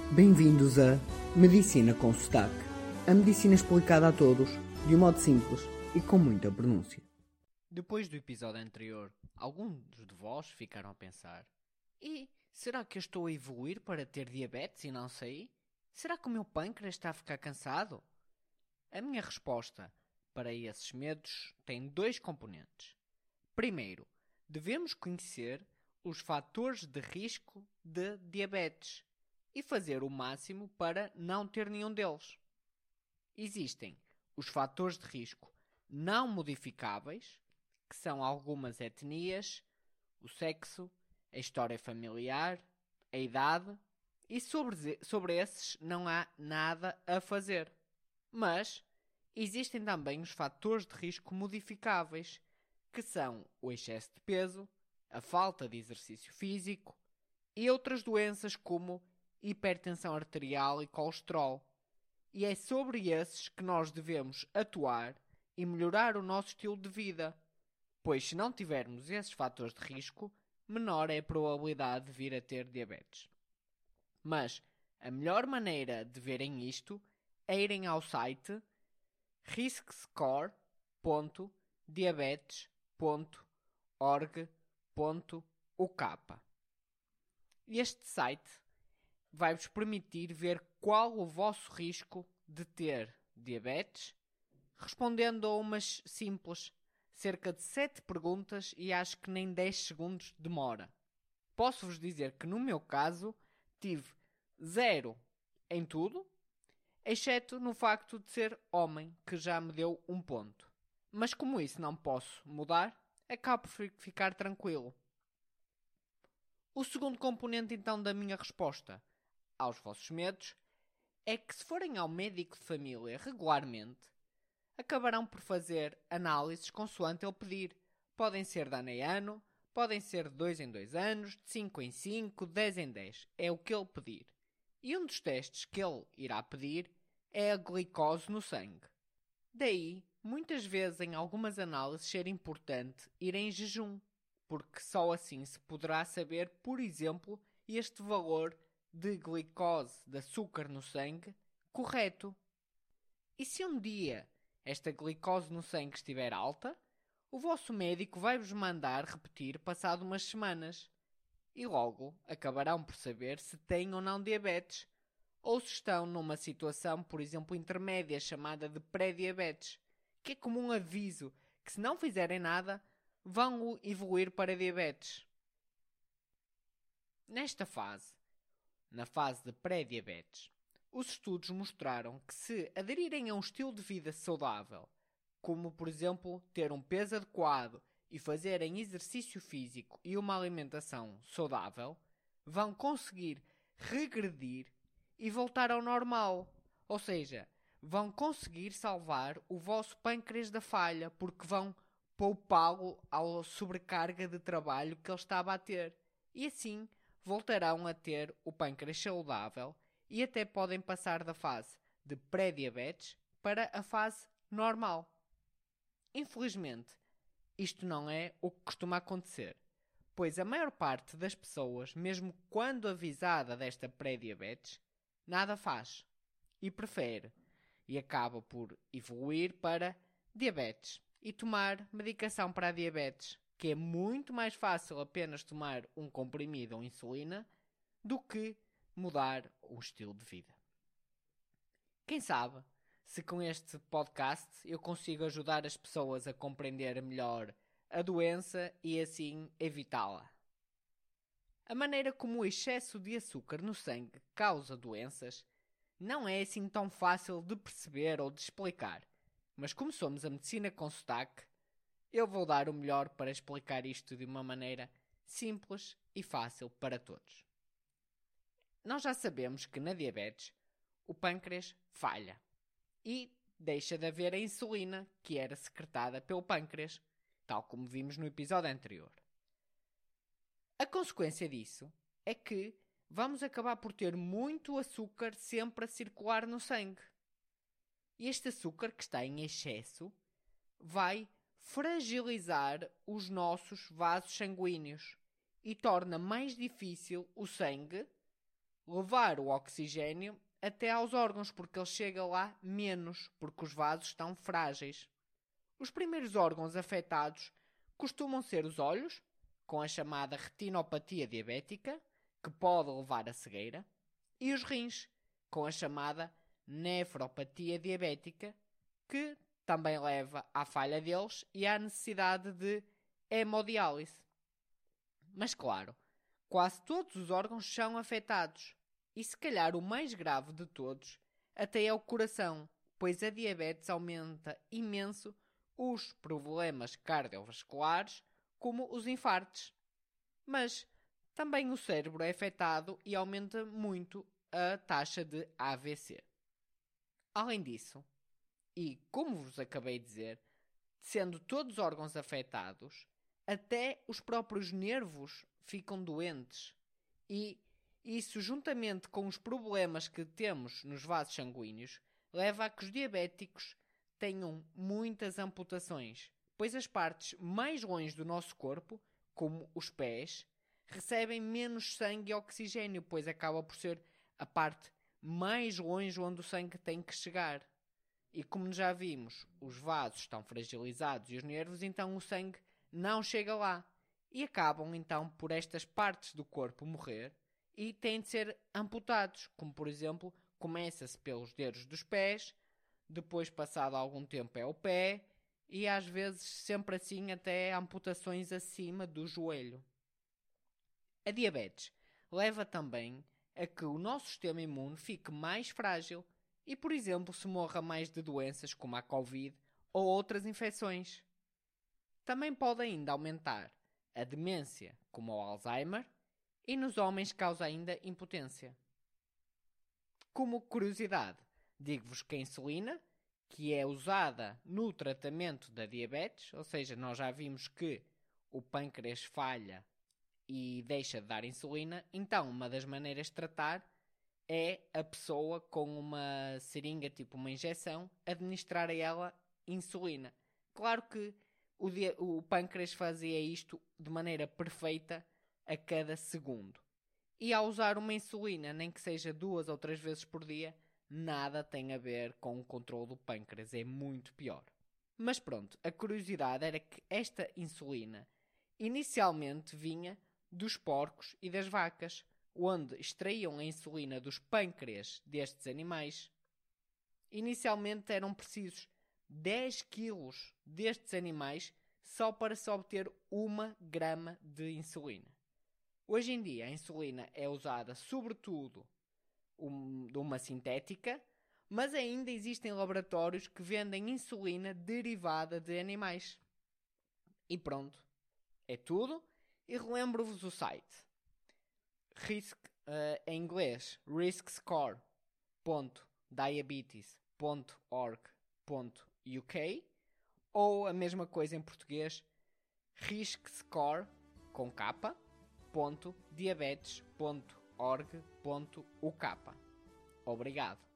Bem-vindos a Medicina com Sotaque. A medicina explicada a todos, de um modo simples e com muita pronúncia. Depois do episódio anterior, alguns de vós ficaram a pensar: e será que eu estou a evoluir para ter diabetes e não sei? Será que o meu pâncreas está a ficar cansado? A minha resposta para esses medos tem dois componentes. Primeiro, devemos conhecer os fatores de risco de diabetes e fazer o máximo para não ter nenhum deles. Existem os fatores de risco não modificáveis, que são algumas etnias, o sexo, a história familiar, a idade, e sobre esses não há nada a fazer. Mas existem também os fatores de risco modificáveis, que são o excesso de peso, a falta de exercício físico e outras doenças como hipertensão arterial e colesterol. E é sobre esses que nós devemos atuar e melhorar o nosso estilo de vida, pois se não tivermos esses fatores de risco, menor é a probabilidade de vir a ter diabetes. Mas a melhor maneira de verem isto é irem ao site riskscore.diabetes.org.uk. Este site vai-vos permitir ver qual o vosso risco de ter diabetes, respondendo a umas simples, cerca de 7 perguntas e acho que nem 10 segundos demora. Posso-vos dizer que no meu caso tive 0 em tudo, exceto no facto de ser homem, que já me deu 1 ponto. Mas como isso não posso mudar, acabo por ficar tranquilo. O segundo componente então da minha resposta aos vossos medos é que se forem ao médico de família regularmente, acabarão por fazer análises consoante ele pedir. Podem ser de ano em ano, podem ser de 2 em 2 anos, de 5 em 5, de 10 em 10. É o que ele pedir. E um dos testes que ele irá pedir é a glicose no sangue. Daí, muitas vezes em algumas análises ser importante ir em jejum, porque só assim se poderá saber, por exemplo, este valor de glicose, de açúcar no sangue, correto. E se um dia esta glicose no sangue estiver alta, o vosso médico vai-vos mandar repetir passado umas semanas. E logo acabarão por saber se têm ou não diabetes, ou se estão numa situação, por exemplo, intermédia, chamada de pré-diabetes, que é como um aviso que se não fizerem nada, vão evoluir para diabetes. Nesta fase, na fase de pré-diabetes, os estudos mostraram que se aderirem a um estilo de vida saudável, como por exemplo ter um peso adequado e fazerem exercício físico e uma alimentação saudável, vão conseguir regredir e voltar ao normal. Ou seja, vão conseguir salvar o vosso pâncreas da falha, porque vão poupá-lo à sobrecarga de trabalho que ele estava a ter. E assim voltarão a ter o pâncreas saudável e até podem passar da fase de pré-diabetes para a fase normal. Infelizmente, isto não é o que costuma acontecer, pois a maior parte das pessoas, mesmo quando avisada desta pré-diabetes, nada faz e prefere e acaba por evoluir para diabetes e tomar medicação para a diabetes, que é muito mais fácil apenas tomar um comprimido ou insulina do que mudar o estilo de vida. Quem sabe, se com este podcast eu consigo ajudar as pessoas a compreender melhor a doença e assim evitá-la. A maneira como o excesso de açúcar no sangue causa doenças não é assim tão fácil de perceber ou de explicar, mas como somos a medicina com sotaque, eu vou dar o melhor para explicar isto de uma maneira simples e fácil para todos. Nós já sabemos que na diabetes o pâncreas falha e deixa de haver a insulina que era secretada pelo pâncreas, tal como vimos no episódio anterior. A consequência disso é que vamos acabar por ter muito açúcar sempre a circular no sangue. E este açúcar que está em excesso vai fragilizar os nossos vasos sanguíneos e torna mais difícil o sangue levar o oxigênio até aos órgãos, porque ele chega lá menos, porque os vasos estão frágeis. Os primeiros órgãos afetados costumam ser os olhos, com a chamada retinopatia diabética, que pode levar à cegueira, e os rins, com a chamada nefropatia diabética, que também leva à falha deles e à necessidade de hemodiálise. Mas claro, quase todos os órgãos são afetados, e se calhar o mais grave de todos até é o coração, pois a diabetes aumenta imenso os problemas cardiovasculares, como os infartos. Mas também o cérebro é afetado e aumenta muito a taxa de AVC. Além disso, e como vos acabei de dizer, sendo todos os órgãos afetados, até os próprios nervos ficam doentes. E isso, juntamente com os problemas que temos nos vasos sanguíneos, leva a que os diabéticos tenham muitas amputações, pois as partes mais longe do nosso corpo, como os pés, recebem menos sangue e oxigênio, pois acaba por ser a parte mais longe onde o sangue tem que chegar. E como já vimos, os vasos estão fragilizados e os nervos, então o sangue não chega lá. E acabam então por estas partes do corpo morrer e têm de ser amputados, como por exemplo, começa-se pelos dedos dos pés, depois passado algum tempo é o pé e às vezes sempre assim até amputações acima do joelho. A diabetes leva também a que o nosso sistema imune fique mais frágil e, por exemplo, se morra mais de doenças como a Covid ou outras infecções. Também pode ainda aumentar a demência, como o Alzheimer, e nos homens causa ainda impotência. Como curiosidade, digo-vos que a insulina, que é usada no tratamento da diabetes, ou seja, nós já vimos que o pâncreas falha e deixa de dar insulina, então uma das maneiras de tratar é a pessoa com uma seringa, tipo uma injeção, administrar a ela insulina. Claro que o pâncreas fazia isto de maneira perfeita a cada segundo. E ao usar uma insulina, nem que seja 2 ou 3 vezes por dia, nada tem a ver com o controle do pâncreas, é muito pior. Mas pronto, a curiosidade era que esta insulina inicialmente vinha dos porcos e das vacas, onde extraíam a insulina dos pâncreas destes animais. Inicialmente eram precisos 10 quilos destes animais só para se obter 1 grama de insulina. Hoje em dia a insulina é usada sobretudo de uma sintética, mas ainda existem laboratórios que vendem insulina derivada de animais. E pronto, é tudo. E relembro-vos o site. Em inglês, riskscore.diabetes.org.uk, ou a mesma coisa em português, riskscore, com capa, .diabetes.org.uk. Obrigado.